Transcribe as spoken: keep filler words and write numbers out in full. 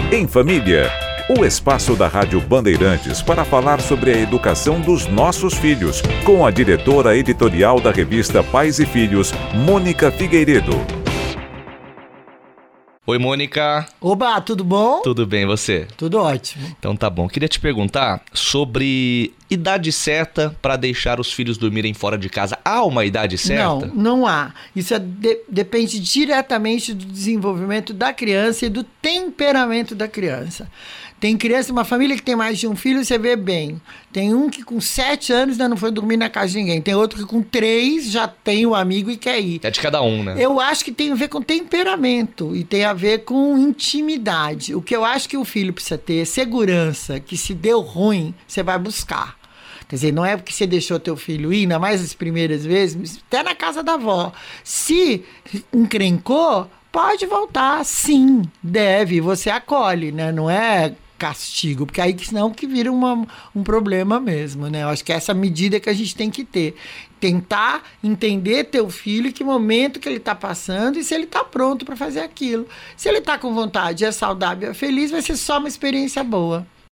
Em Família, o espaço da Rádio Bandeirantes para falar sobre a educação dos nossos filhos, com a diretora editorial da revista Pais e Filhos, Mônica Figueiredo. Oi, Mônica. Oba, tudo bom? Tudo bem, você? Tudo ótimo. Então tá bom. Queria te perguntar sobre idade certa para deixar os filhos dormirem fora de casa. Há uma idade certa? Não, não há. Isso é de- depende diretamente do desenvolvimento da criança e do temperamento da criança. Tem criança, uma família que tem mais de um filho, você vê bem. Tem um que com sete anos ainda não foi dormir na casa de ninguém. Tem outro que com três já tem um amigo e quer ir. É de cada um, né? Eu acho que tem a ver com temperamento e tem a ver com intimidade. O que eu acho que o filho precisa ter é segurança, que se deu ruim, você vai buscar. Quer dizer, não é porque você deixou teu filho ir, ainda mais as primeiras vezes, até na casa da avó. Se encrencou, pode voltar, sim, deve, você acolhe, né? Não é castigo, porque aí senão que vira uma, um problema mesmo, né? Eu acho que é essa medida que a gente tem que ter. Tentar entender teu filho, que momento que ele está passando e se ele está pronto para fazer aquilo. Se ele está com vontade, é saudável, é feliz, vai ser só uma experiência boa.